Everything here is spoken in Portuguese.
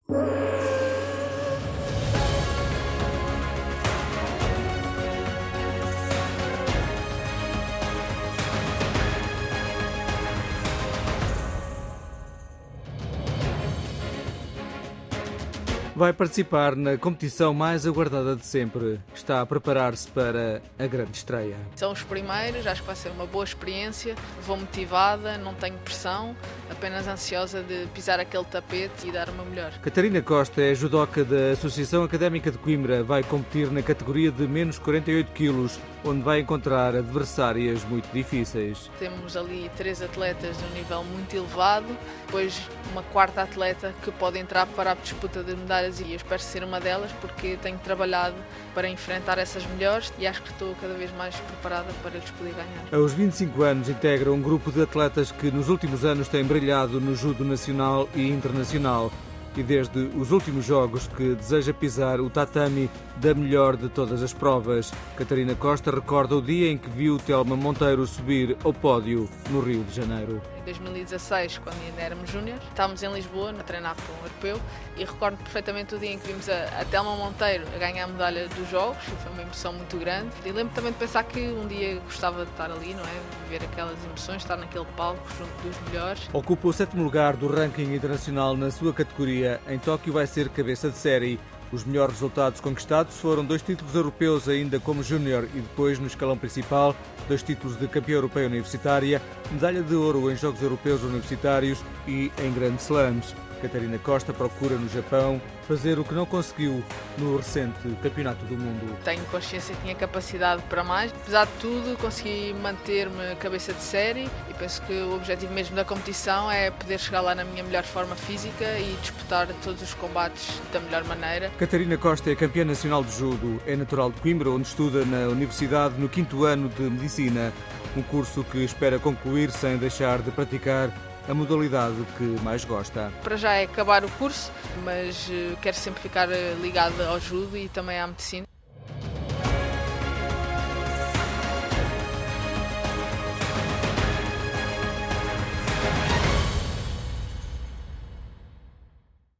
Vai participar na competição mais aguardada de sempre. Está a preparar-se para a grande estreia. São os primeiros, acho que vai ser uma boa experiência. Vou motivada, não tenho pressão, apenas ansiosa de pisar aquele tapete e dar o meu melhor. Catarina Costa é judoca da Associação Académica de Coimbra. Vai competir na categoria de menos 48 quilos, onde vai encontrar adversárias muito difíceis. Temos ali 3 atletas de um nível muito elevado, depois uma quarta atleta que pode entrar para a disputa de medalhas e eu espero ser uma delas porque tenho trabalhado para enfrentar essas melhores e acho que estou cada vez mais preparada para lhes poder ganhar. Aos 25 anos integra um grupo de atletas que nos últimos anos têm brilhado no judo nacional e internacional e desde os últimos jogos que deseja pisar o tatame da melhor de todas as provas. Catarina Costa recorda o dia em que viu Telma Monteiro subir ao pódio no Rio de Janeiro. Em 2016, quando ainda éramos júniores, estávamos em Lisboa a treinar para um europeu e recordo perfeitamente o dia em que vimos a Telma Monteiro a ganhar a medalha dos jogos e foi uma emoção muito grande. E lembro também de pensar que um dia gostava de estar ali, não é? Viver aquelas emoções, estar naquele palco junto dos melhores. Ocupa o 7º lugar do ranking internacional na sua categoria. Em Tóquio vai ser cabeça de série. Os melhores resultados conquistados foram 2 títulos europeus ainda como júnior e depois no escalão principal, 2 títulos de campeã europeia universitária, medalha de ouro em Jogos Europeus Universitários e em Grand Slams. Catarina Costa procura no Japão fazer o que não conseguiu no recente Campeonato do Mundo. Tenho consciência que tinha capacidade para mais. Apesar de tudo, consegui manter-me cabeça de série e penso que o objetivo mesmo da competição é poder chegar lá na minha melhor forma física e disputar todos os combates da melhor maneira. Catarina Costa é campeã nacional de judo, é natural de Coimbra, onde estuda na universidade no 5º ano de Medicina, um curso que espera concluir sem deixar de praticar a modalidade que mais gosta. Para já é acabar o curso, mas quero sempre ficar ligada ao judo e também à medicina.